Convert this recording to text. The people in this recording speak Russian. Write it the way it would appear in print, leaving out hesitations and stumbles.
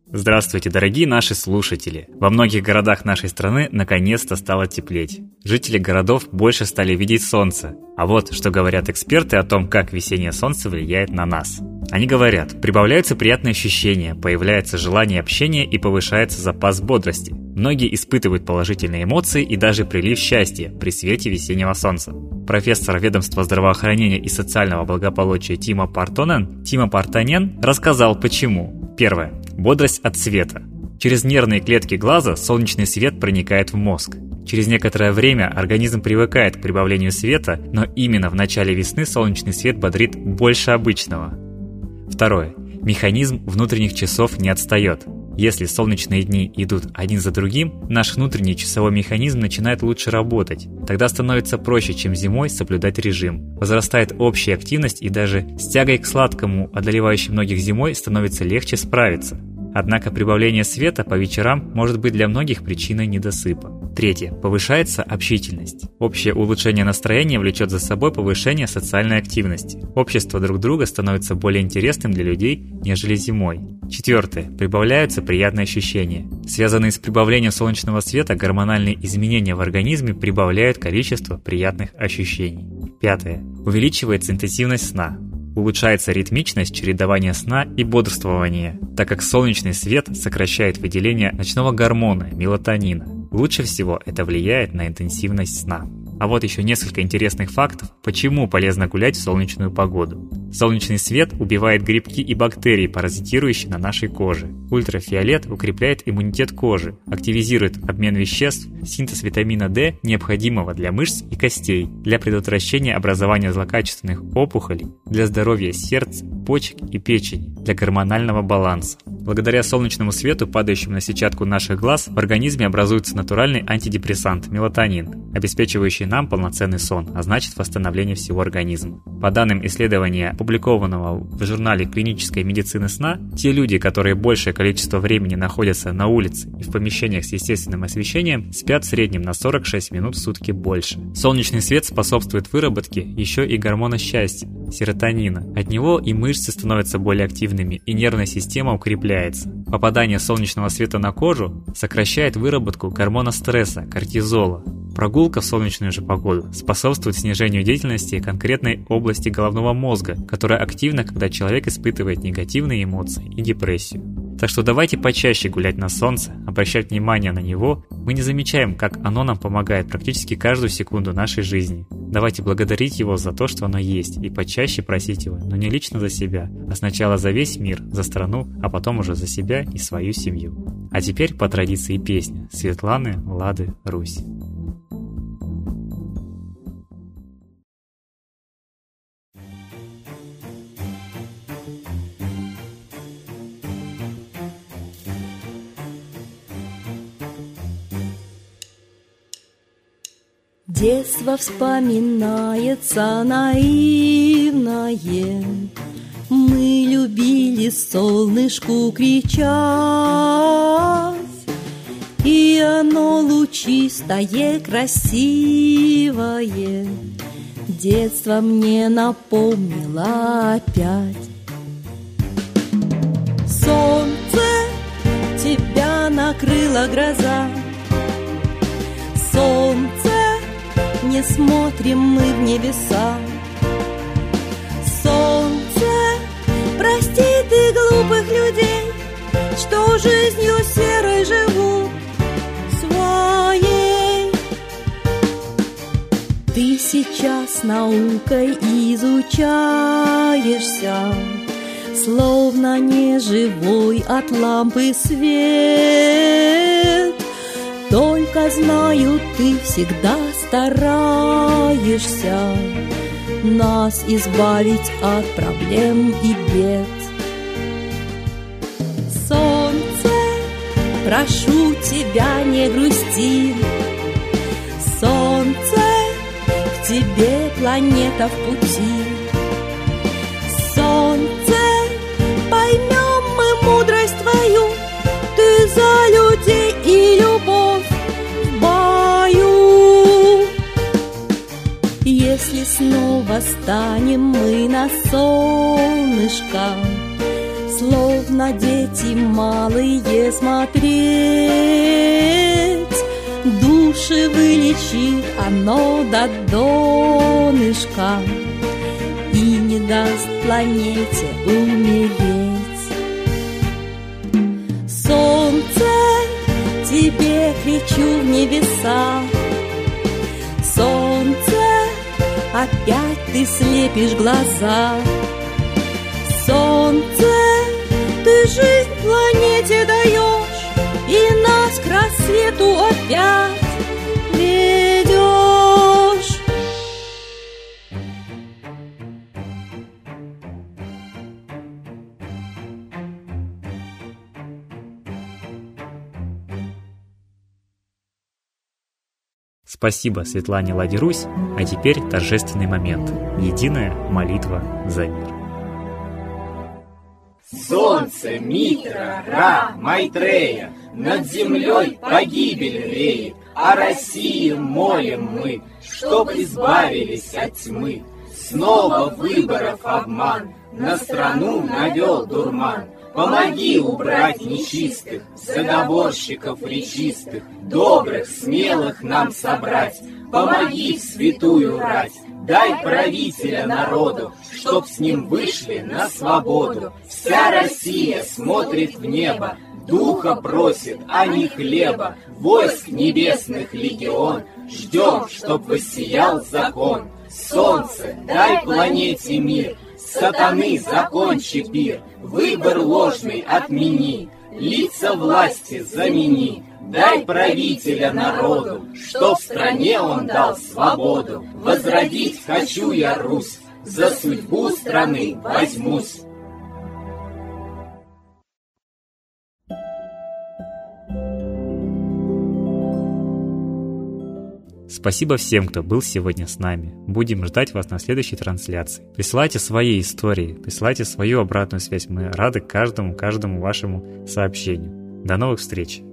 Здравствуйте, дорогие наши слушатели! Во многих городах нашей страны наконец-то стало теплеть. Жители городов больше стали видеть солнце. А вот что говорят эксперты о том, как весеннее солнце влияет на нас. Они говорят, прибавляются приятные ощущения, появляется желание общения и повышается запас бодрости. Многие испытывают положительные эмоции и даже прилив счастья при свете весеннего солнца. Профессор ведомства здравоохранения и социального благополучия Тимо Партанен рассказал, почему. Первое. Бодрость от света. Через нервные клетки глаза солнечный свет проникает в мозг. Через некоторое время организм привыкает к прибавлению света, но именно в начале весны солнечный свет бодрит больше обычного. Второе. Механизм внутренних часов не отстает. Если солнечные дни идут один за другим, наш внутренний часовой механизм начинает лучше работать. Тогда становится проще, чем зимой, соблюдать режим. Возрастает общая активность, и даже с тягой к сладкому, одолевающей многих зимой, становится легче справиться. Однако прибавление света по вечерам может быть для многих причиной недосыпа. Третье. Повышается общительность. Общее улучшение настроения влечет за собой повышение социальной активности. Общество друг друга становится более интересным для людей, нежели зимой. Четвертое. Прибавляются приятные ощущения. Связанные с прибавлением солнечного света гормональные изменения в организме прибавляют количество приятных ощущений. Пятое. Увеличивается интенсивность сна. Улучшается ритмичность чередования сна и бодрствования, так как солнечный свет сокращает выделение ночного гормона мелатонина. Лучше всего это влияет на интенсивность сна. А вот еще несколько интересных фактов, почему полезно гулять в солнечную погоду. Солнечный свет убивает грибки и бактерии, паразитирующие на нашей коже. Ультрафиолет укрепляет иммунитет кожи, активизирует обмен веществ, синтез витамина D, необходимого для мышц и костей, для предотвращения образования злокачественных опухолей, для здоровья сердца, почек и печени, для гормонального баланса. Благодаря солнечному свету, падающему на сетчатку наших глаз, в организме образуется натуральный антидепрессант – мелатонин, обеспечивающий нам полноценный сон, а значит восстановление всего организма. По данным исследования, опубликованного в журнале клинической медицины сна, те люди, которые большее количество времени находятся на улице и в помещениях с естественным освещением, спят в среднем на 46 минут в сутки больше. Солнечный свет способствует выработке еще и гормона счастья – серотонина. От него и мышцы становятся более активными, и нервная система укрепляется. Попадание солнечного света на кожу сокращает выработку гормона стресса – кортизола. Прогулка в солнечную же погоду способствует снижению деятельности конкретной области головного мозга, которая активна, когда человек испытывает негативные эмоции и депрессию. Так что давайте почаще гулять на солнце, обращать внимание на него. Мы не замечаем, как оно нам помогает практически каждую секунду нашей жизни. Давайте благодарить его за то, что оно есть, и почаще просить его, но не лично за себя, а сначала за весь мир, за страну, а потом уже за себя и свою семью. А теперь по традиции песня Светланы Лады Русь. Детство вспоминается наивное, мы любили солнышку кричать, и оно лучистое, красивое детство мне напомнило опять. Солнце, тебя накрыла гроза, солнце, не смотрим мы в небеса. Солнце, прости ты глупых людей, что жизнью серой живут своей. Ты сейчас наукой изучаешься, словно неживой от лампы свет. Только знаю, ты всегда стараешься нас избавить от проблем и бед. Солнце, прошу тебя, не грусти. Солнце, к тебе планета в пути. Солнце, поймем мы мудрость твою, ты за людей и любовь в бою. Если снова станем мы на солнышко словно дети малые смотреть. Души вылечит оно до донышка и не даст планете умереть. Солнце, тебе кричу в небеса, солнце, опять ты слепишь глаза. Солнце, ты жизнь планете даешь и нас к рассвету опять ведешь. Спасибо Светлане Ладе-Русь, а теперь торжественный момент. Единая молитва за мир. Солнце, Митра, Ра, Майтрея, над землей погибель реет, о России молим мы, чтоб избавились от тьмы. Снова выборов обман, на страну навел дурман. Помоги убрать нечистых, заговорщиков речистых, добрых, смелых нам собрать. Помоги в святую рать, дай правителя народу, чтоб с ним вышли на свободу. Вся Россия смотрит в небо, духа просит, а не хлеба. Войск небесных легион, ждем, чтоб воссиял закон. Солнце, дай планете мир, сатаны закончи пир, выбор ложный отмени, лица власти замени. Дай правителя народу, что в стране он дал свободу. Возродить хочу я Русь, за судьбу страны возьмусь. Спасибо всем, кто был сегодня с нами. Будем ждать вас на следующей трансляции. Присылайте свои истории, присылайте свою обратную связь. Мы рады каждому вашему сообщению. До новых встреч!